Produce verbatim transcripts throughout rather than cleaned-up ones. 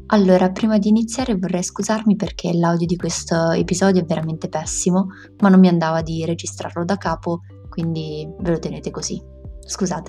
Allora, prima di iniziare vorrei scusarmi perché l'audio di questo episodio è veramente pessimo, ma non mi andava di registrarlo da capo, quindi ve lo tenete così. Scusate.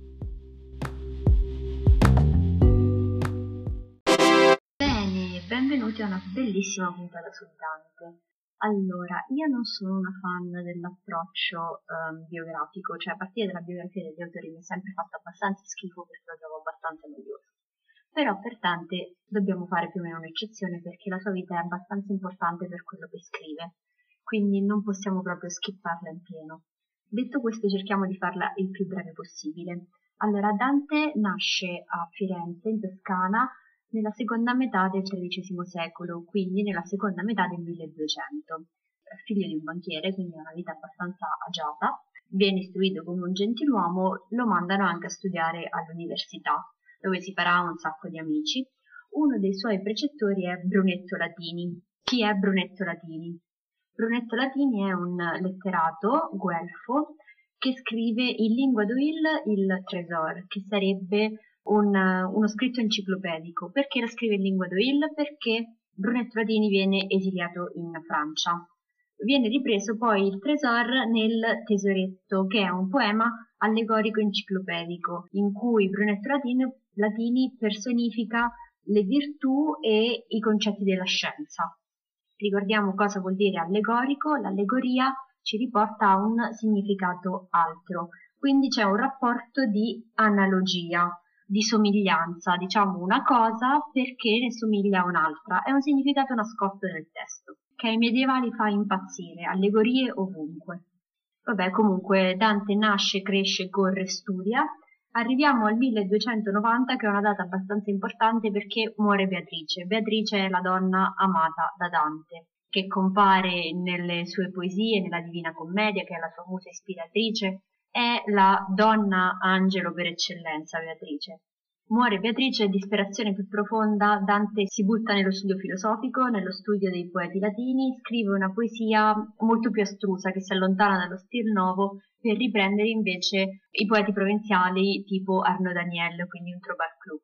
Bene, benvenuti a una bellissima puntata su Dante. Allora, io non sono una fan dell'approccio ehm, biografico, cioè a partire dalla biografia degli autori mi è sempre fatto abbastanza schifo perché lo trovo abbastanza noioso. Però per Dante dobbiamo fare più o meno un'eccezione perché la sua vita è abbastanza importante per quello che scrive, quindi non possiamo proprio skipparla in pieno. Detto questo, cerchiamo di farla il più breve possibile. Allora, Dante nasce a Firenze, in Toscana, nella seconda metà del tredicesimo secolo, quindi nella seconda metà del milleduecento. Figlio di un banchiere, quindi ha una vita abbastanza agiata, viene istruito come un gentiluomo, lo mandano anche a studiare all'università, dove si farà un sacco di amici. Uno dei suoi precettori è Brunetto Latini. Chi è Brunetto Latini? Brunetto Latini è un letterato guelfo che scrive in lingua d'Oil il Tresor, che sarebbe un, uno scritto enciclopedico. Perché la scrive in lingua d'Oil? Perché Brunetto Latini viene esiliato in Francia. Viene ripreso poi il Tresor nel Tesoretto, che è un poema allegorico enciclopedico, in cui Brunetto Latini, Latini personifica le virtù e i concetti della scienza. Ricordiamo cosa vuol dire allegorico, l'allegoria ci riporta a un significato altro, quindi c'è un rapporto di analogia, di somiglianza, diciamo una cosa perché ne somiglia a un'altra, è un significato nascosto nel testo, che ai medievali fa impazzire, allegorie ovunque. Vabbè, comunque Dante nasce, cresce, corre, studia. Arriviamo al milleduecentonovanta, che è una data abbastanza importante perché muore Beatrice. Beatrice è la donna amata da Dante, che compare nelle sue poesie, nella Divina Commedia, che è la sua musa ispiratrice. È la donna angelo per eccellenza, Beatrice. Muore Beatrice e disperazione più profonda, Dante si butta nello studio filosofico, nello studio dei poeti latini, scrive una poesia molto più astrusa che si allontana dallo stil nuovo per riprendere invece i poeti provinciali tipo Arnaud Daniel, quindi un Trobar Clou.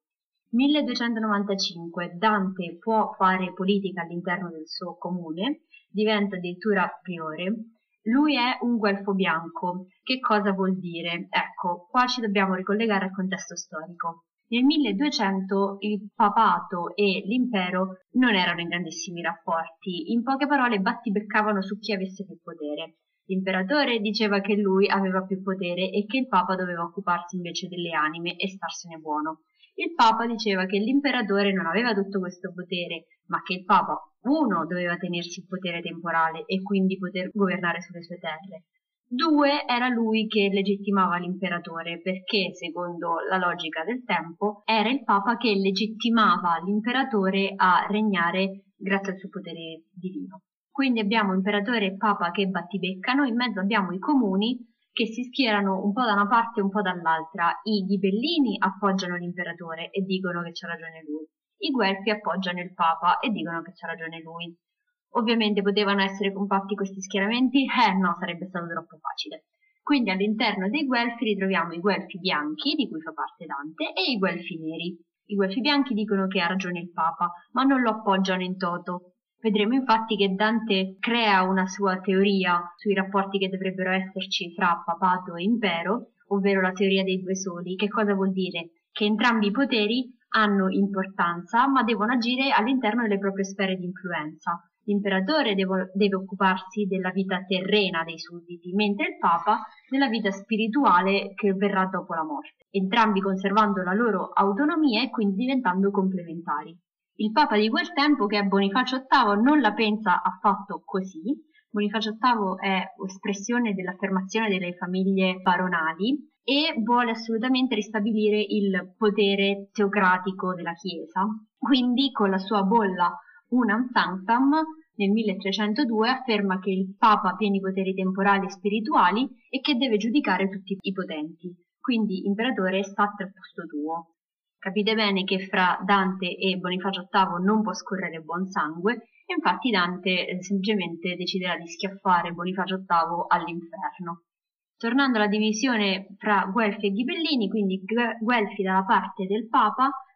milleduecentonovantacinque Dante può fare politica all'interno del suo comune, diventa addirittura priore. Lui è un guelfo bianco. Che cosa vuol dire? Ecco, qua ci dobbiamo ricollegare al contesto storico. Nel milleduecento il papato e l'impero non erano in grandissimi rapporti, in poche parole battibeccavano su chi avesse più potere. L'imperatore diceva che lui aveva più potere e che il papa doveva occuparsi invece delle anime e starsene buono. Il papa diceva che l'imperatore non aveva tutto questo potere, ma che il papa, uno, doveva tenersi il potere temporale e quindi poter governare sulle sue terre. Due, era lui che legittimava l'imperatore, perché, secondo la logica del tempo, era il papa che legittimava l'imperatore a regnare grazie al suo potere divino. Quindi abbiamo imperatore e papa che battibeccano, in mezzo abbiamo i comuni che si schierano un po' da una parte e un po' dall'altra. I ghibellini appoggiano l'imperatore e dicono che c'ha ragione lui. I guelfi appoggiano il papa e dicono che c'ha ragione lui. Ovviamente potevano essere compatti questi schieramenti? Eh no, sarebbe stato troppo facile. Quindi all'interno dei guelfi ritroviamo i guelfi bianchi, di cui fa parte Dante, e i guelfi neri. I guelfi bianchi dicono che ha ragione il Papa, ma non lo appoggiano in toto. Vedremo infatti che Dante crea una sua teoria sui rapporti che dovrebbero esserci fra papato e impero, ovvero la teoria dei due soli. Che cosa vuol dire? Che entrambi i poteri hanno importanza, ma devono agire all'interno delle proprie sfere di influenza. L'imperatore deve, deve occuparsi della vita terrena dei sudditi, mentre il Papa della vita spirituale che verrà dopo la morte, entrambi conservando la loro autonomia e quindi diventando complementari. Il Papa di quel tempo, che è Bonifacio ottavo, non la pensa affatto così. Bonifacio ottavo è espressione dell'affermazione delle famiglie baronali e vuole assolutamente ristabilire il potere teocratico della Chiesa. Quindi con la sua bolla Unam Sanctam nel milletrecentodue afferma che il Papa ha pieni poteri temporali e spirituali e che deve giudicare tutti i potenti. Quindi, imperatore, state al posto tuo. Capite bene che fra Dante e Bonifacio ottavo non può scorrere buon sangue e infatti Dante eh, semplicemente deciderà di schiaffare Bonifacio ottavo all'inferno. Tornando alla divisione fra Guelfi e Ghibellini, quindi Guelfi dalla parte del Papa,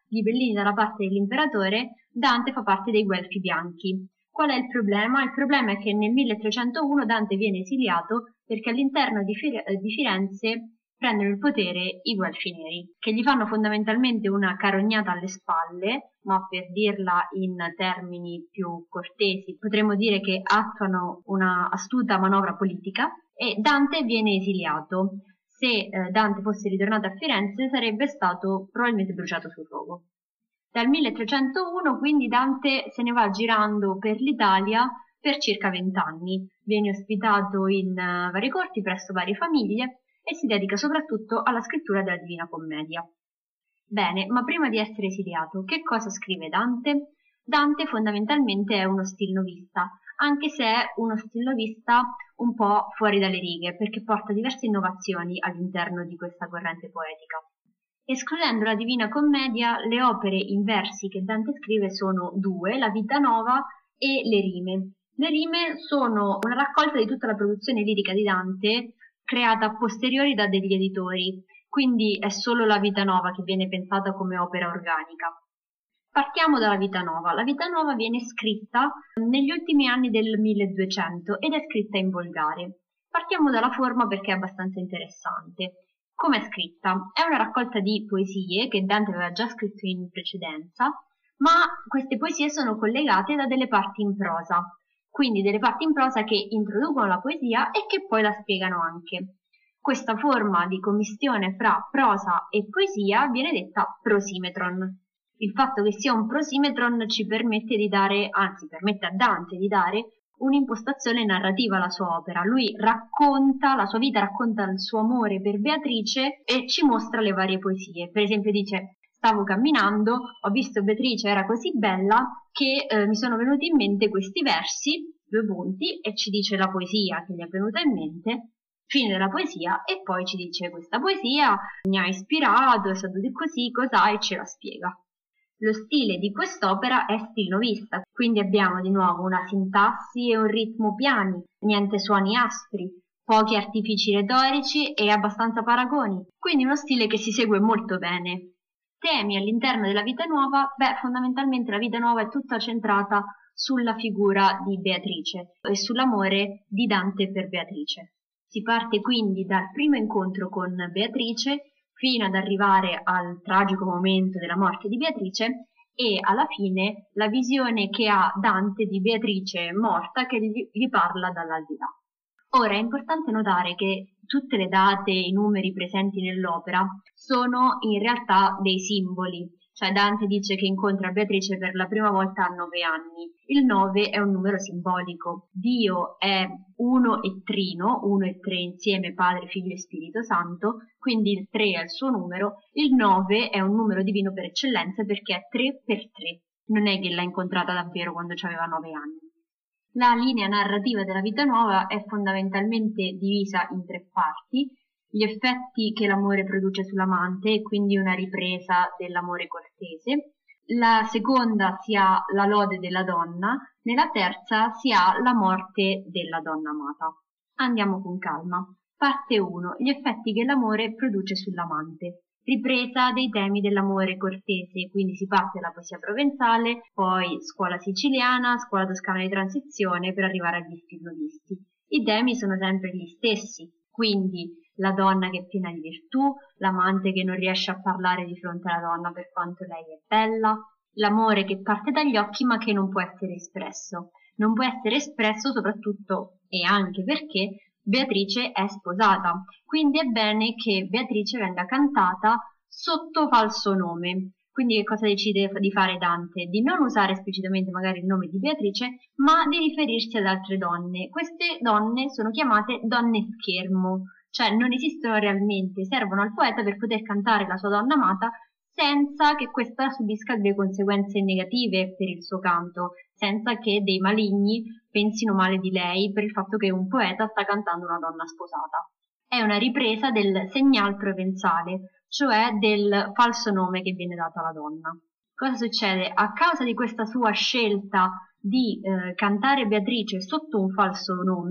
ghibellini dalla parte dell'imperatore, Dante fa parte dei Guelfi bianchi. Qual è il problema? Il problema è che nel milletrecentouno Dante viene esiliato perché all'interno di, Fire- di Firenze prendono il potere i Guelfi neri, che gli fanno fondamentalmente una carognata alle spalle, ma per dirla in termini più cortesi potremmo dire che attuano una astuta manovra politica e Dante viene esiliato. Se eh, Dante fosse ritornato a Firenze sarebbe stato probabilmente bruciato sul rogo. Dal milletrecentouno quindi Dante se ne va girando per l'Italia per circa vent'anni, viene ospitato in uh, varie corti presso varie famiglie e si dedica soprattutto alla scrittura della Divina Commedia. Bene, ma prima di essere esiliato, che cosa scrive Dante? Dante fondamentalmente è uno stilnovista, anche se è uno stilnovista un po' fuori dalle righe, perché porta diverse innovazioni all'interno di questa corrente poetica. Escludendo la Divina Commedia, le opere in versi che Dante scrive sono due, la Vita Nova e le Rime. Le Rime sono una raccolta di tutta la produzione lirica di Dante creata a posteriori da degli editori, quindi è solo la Vita Nova che viene pensata come opera organica. Partiamo dalla Vita Nova. La Vita Nova viene scritta negli ultimi anni del milleduecento ed è scritta in volgare. Partiamo dalla forma perché è abbastanza interessante. Come è scritta? È una raccolta di poesie che Dante aveva già scritto in precedenza, ma queste poesie sono collegate da delle parti in prosa, quindi delle parti in prosa che introducono la poesia e che poi la spiegano anche. Questa forma di commistione fra prosa e poesia viene detta prosimetron. Il fatto che sia un prosimetron ci permette di dare, anzi permette a Dante di dare un'impostazione narrativa alla sua opera. Lui racconta, la sua vita racconta il suo amore per Beatrice e ci mostra le varie poesie. Per esempio dice: stavo camminando, ho visto Beatrice, era così bella che eh, mi sono venuti in mente questi versi, due punti, e ci dice la poesia che gli è venuta in mente, fine della poesia, e poi ci dice: questa poesia mi ha ispirato, è stato di così, cos'ha, e ce la spiega. Lo stile di quest'opera è stilnovista, quindi abbiamo di nuovo una sintassi e un ritmo piani, niente suoni aspri, pochi artifici retorici e abbastanza paragoni, quindi uno stile che si segue molto bene. Temi all'interno della Vita Nuova? Beh, fondamentalmente la Vita Nuova è tutta centrata sulla figura di Beatrice e sull'amore di Dante per Beatrice. Si parte quindi dal primo incontro con Beatrice fino ad arrivare al tragico momento della morte di Beatrice e alla fine la visione che ha Dante di Beatrice morta che gli, gli parla dall'aldilà. Ora è importante notare che tutte le date e i numeri presenti nell'opera sono in realtà dei simboli, cioè Dante dice che incontra Beatrice per la prima volta a nove anni. Il nove è un numero simbolico. Dio è uno e trino, uno e tre insieme, Padre, Figlio e Spirito Santo, quindi il tre è il suo numero. Il nove è un numero divino per eccellenza perché è tre per tre. Non è che l'ha incontrata davvero quando aveva nove anni. La linea narrativa della Vita Nuova è fondamentalmente divisa in tre parti: gli effetti che l'amore produce sull'amante e quindi una ripresa dell'amore cortese, la seconda si ha la lode della donna, nella terza si ha la morte della donna amata. Andiamo con calma. Parte uno. Gli effetti che l'amore produce sull'amante. Ripresa dei temi dell'amore cortese, quindi si parte dalla poesia provenzale, poi scuola siciliana, scuola toscana di transizione per arrivare agli stilnovisti. I temi sono sempre gli stessi, quindi la donna che è piena di virtù, l'amante che non riesce a parlare di fronte alla donna per quanto lei è bella, l'amore che parte dagli occhi ma che non può essere espresso. Non può essere espresso soprattutto e anche perché Beatrice è sposata, quindi è bene che Beatrice venga cantata sotto falso nome. Quindi che cosa decide di fare Dante? Di non usare esplicitamente magari il nome di Beatrice, ma di riferirsi ad altre donne. Queste donne sono chiamate donne schermo, cioè non esistono realmente, servono al poeta per poter cantare la sua donna amata senza che questa subisca delle conseguenze negative per il suo canto, senza che dei maligni pensino male di lei per il fatto che un poeta sta cantando una donna sposata. È una ripresa del segnal provenzale, cioè del falso nome che viene dato alla donna. Cosa succede? A causa di questa sua scelta di eh, cantare Beatrice sotto un falso nome,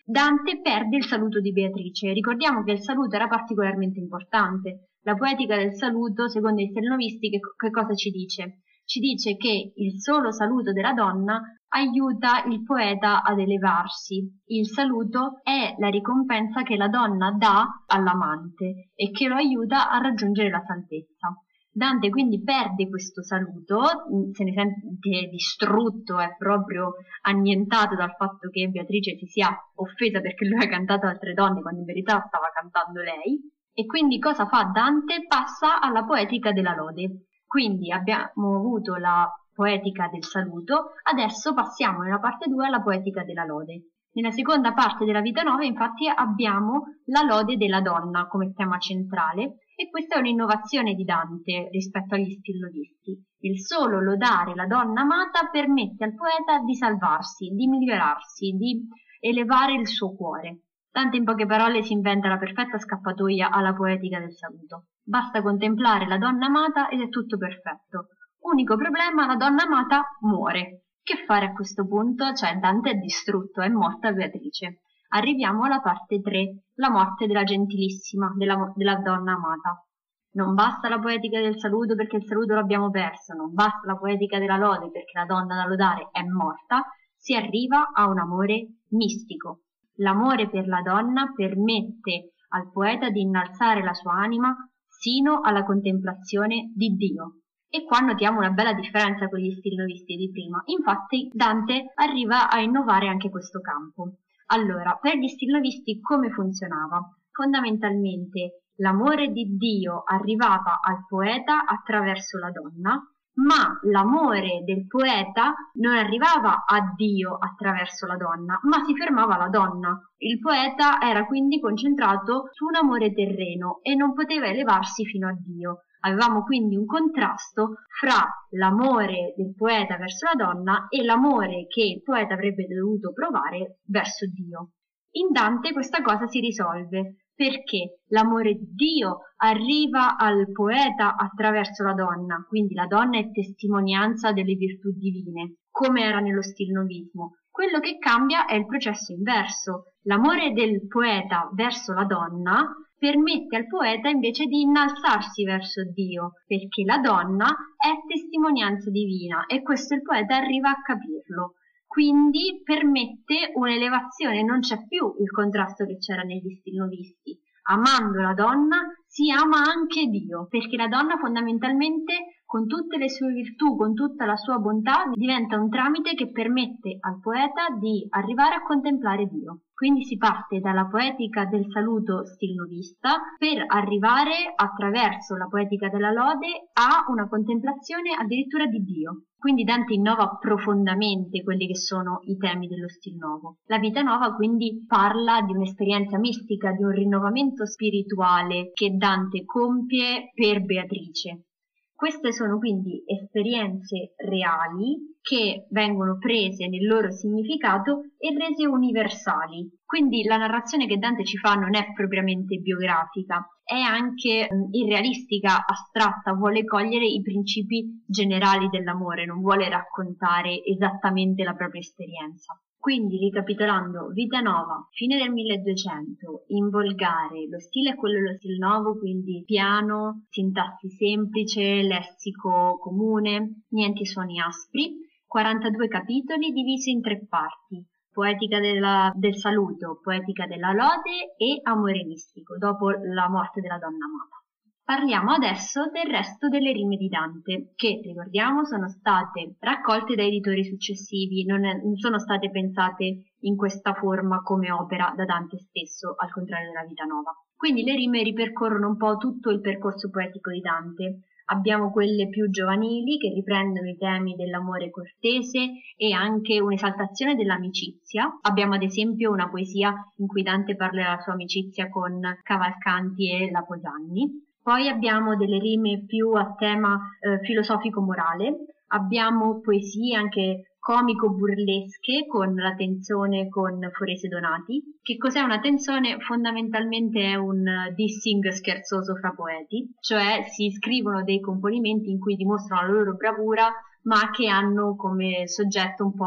Dante perde il saluto di Beatrice. Ricordiamo che il saluto era particolarmente importante. La poetica del saluto, secondo i stelnovisti, che, che cosa ci dice? Ci dice che il solo saluto della donna aiuta il poeta ad elevarsi. Il saluto è la ricompensa che la donna dà all'amante e che lo aiuta a raggiungere la salvezza. Dante quindi perde questo saluto, se ne sente distrutto, è proprio annientato dal fatto che Beatrice si sia offesa perché lui ha cantato altre donne quando in verità stava cantando lei. E quindi cosa fa Dante? Passa alla poetica della lode. Quindi abbiamo avuto la poetica del saluto, adesso passiamo nella parte due alla poetica della lode. Nella seconda parte della Vita Nova infatti abbiamo la lode della donna come tema centrale e questa è un'innovazione di Dante rispetto agli stilnovisti. Il solo lodare la donna amata permette al poeta di salvarsi, di migliorarsi, di elevare il suo cuore. Dante in poche parole si inventa la perfetta scappatoia alla poetica del saluto. Basta contemplare la donna amata ed è tutto perfetto. Unico problema, la donna amata muore. Che fare a questo punto? Cioè Dante è distrutto, è morta Beatrice. Arriviamo alla parte tre, la morte della gentilissima, della, della donna amata. Non basta la poetica del saluto perché il saluto l'abbiamo perso, non basta la poetica della lode perché la donna da lodare è morta, si arriva a un amore mistico. L'amore per la donna permette al poeta di innalzare la sua anima sino alla contemplazione di Dio. E qua notiamo una bella differenza con gli stilnovisti di prima. Infatti Dante arriva a innovare anche questo campo. Allora, per gli stilnovisti come funzionava? Fondamentalmente l'amore di Dio arrivava al poeta attraverso la donna, ma l'amore del poeta non arrivava a Dio attraverso la donna, ma si fermava alla donna. Il poeta era quindi concentrato su un amore terreno e non poteva elevarsi fino a Dio. Avevamo quindi un contrasto fra l'amore del poeta verso la donna e l'amore che il poeta avrebbe dovuto provare verso Dio. In Dante questa cosa si risolve perché l'amore di Dio arriva al poeta attraverso la donna, quindi la donna è testimonianza delle virtù divine, come era nello stilnovismo. Quello che cambia è il processo inverso. L'amore del poeta verso la donna permette al poeta invece di innalzarsi verso Dio, perché la donna è testimonianza divina e questo il poeta arriva a capirlo. Quindi permette un'elevazione, non c'è più il contrasto che c'era negli stilnovisti. Amando la donna si ama anche Dio, perché la donna fondamentalmente con tutte le sue virtù, con tutta la sua bontà, diventa un tramite che permette al poeta di arrivare a contemplare Dio. Quindi si parte dalla poetica del saluto stilnovista per arrivare attraverso la poetica della lode a una contemplazione addirittura di Dio. Quindi Dante innova profondamente quelli che sono i temi dello stil nuovo. La Vita Nova quindi parla di un'esperienza mistica, di un rinnovamento spirituale che Dante compie per Beatrice. Queste sono quindi esperienze reali che vengono prese nel loro significato e rese universali. Quindi la narrazione che Dante ci fa non è propriamente biografica, è anche irrealistica, astratta, vuole cogliere i principi generali dell'amore, non vuole raccontare esattamente la propria esperienza. Quindi, ricapitolando, Vita Nova, fine del milleduecento, in volgare, lo stile è quello dello stil nuovo, quindi piano, sintassi semplice, lessico comune, niente suoni aspri, quarantadue capitoli divisi in tre parti, poetica della, del saluto, poetica della lode e amore mistico, dopo la morte della donna amata. Parliamo adesso del resto delle rime di Dante, che, ricordiamo, sono state raccolte da editori successivi, non, è, non sono state pensate in questa forma come opera da Dante stesso, al contrario della Vita Nova. Quindi le rime ripercorrono un po' tutto il percorso poetico di Dante. Abbiamo quelle più giovanili che riprendono i temi dell'amore cortese e anche un'esaltazione dell'amicizia. Abbiamo ad esempio una poesia in cui Dante parla della sua amicizia con Cavalcanti e la Posanni. Poi abbiamo delle rime più a tema eh, filosofico-morale, abbiamo poesie anche comico-burlesche con la tensione con Forese Donati. Che cos'è una tensione? Fondamentalmente è un dissing scherzoso fra poeti, cioè si scrivono dei componimenti in cui dimostrano la loro bravura ma che hanno come soggetto un po'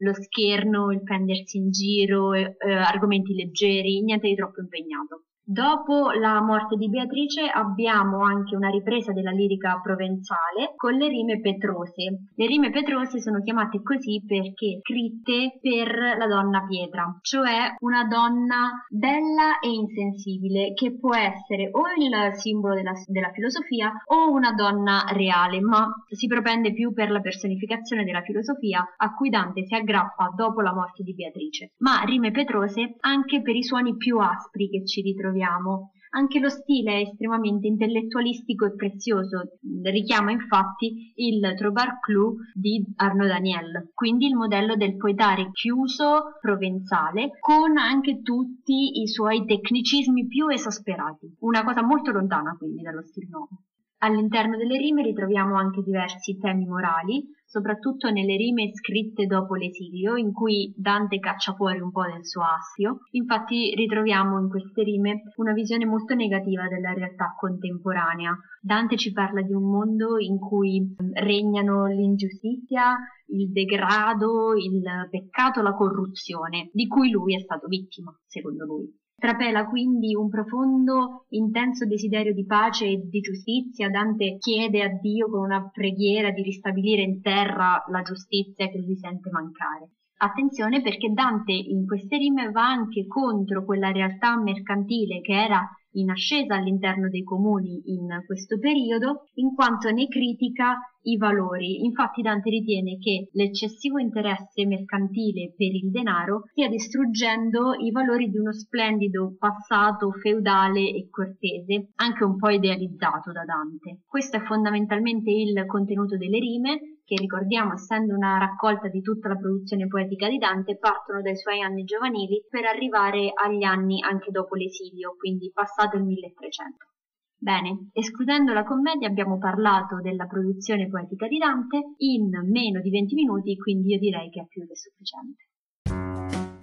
lo scherno, il prendersi in giro, eh, argomenti leggeri, niente di troppo impegnato. Dopo la morte di Beatrice abbiamo anche una ripresa della lirica provenzale con le rime petrose. Le rime petrose sono chiamate così perché scritte per la donna pietra, cioè una donna bella e insensibile che può essere o il simbolo della, della filosofia o una donna reale, ma si propende più per la personificazione della filosofia a cui Dante si aggrappa dopo la morte di Beatrice. Ma rime petrose anche per i suoni più aspri che ci ritroviamo. Anche lo stile è estremamente intellettualistico e prezioso, richiama infatti il Trobar Clou di Arnaud Daniel, quindi il modello del poetario chiuso provenzale con anche tutti i suoi tecnicismi più esasperati, una cosa molto lontana quindi dallo stile nuovo. All'interno delle rime ritroviamo anche diversi temi morali, soprattutto nelle rime scritte dopo l'esilio, in cui Dante caccia fuori un po' del suo assio. Infatti ritroviamo in queste rime una visione molto negativa della realtà contemporanea. Dante ci parla di un mondo in cui regnano l'ingiustizia, il degrado, il peccato, la corruzione, di cui lui è stato vittima, secondo lui. Trapela quindi un profondo, intenso desiderio di pace e di giustizia. Dante chiede a Dio con una preghiera di ristabilire in terra la giustizia che lui sente mancare. Attenzione, perché Dante in queste rime va anche contro quella realtà mercantile che era in ascesa all'interno dei comuni in questo periodo, in quanto ne critica i valori. Infatti Dante ritiene che l'eccessivo interesse mercantile per il denaro stia distruggendo i valori di uno splendido passato feudale e cortese, anche un po' idealizzato da Dante. Questo è fondamentalmente il contenuto delle rime, che ricordiamo essendo una raccolta di tutta la produzione poetica di Dante, partono dai suoi anni giovanili per arrivare agli anni anche dopo l'esilio, quindi passato il milletrecento. Bene, escludendo la commedia abbiamo parlato della produzione poetica di Dante in meno di venti minuti, quindi io direi che è più che sufficiente.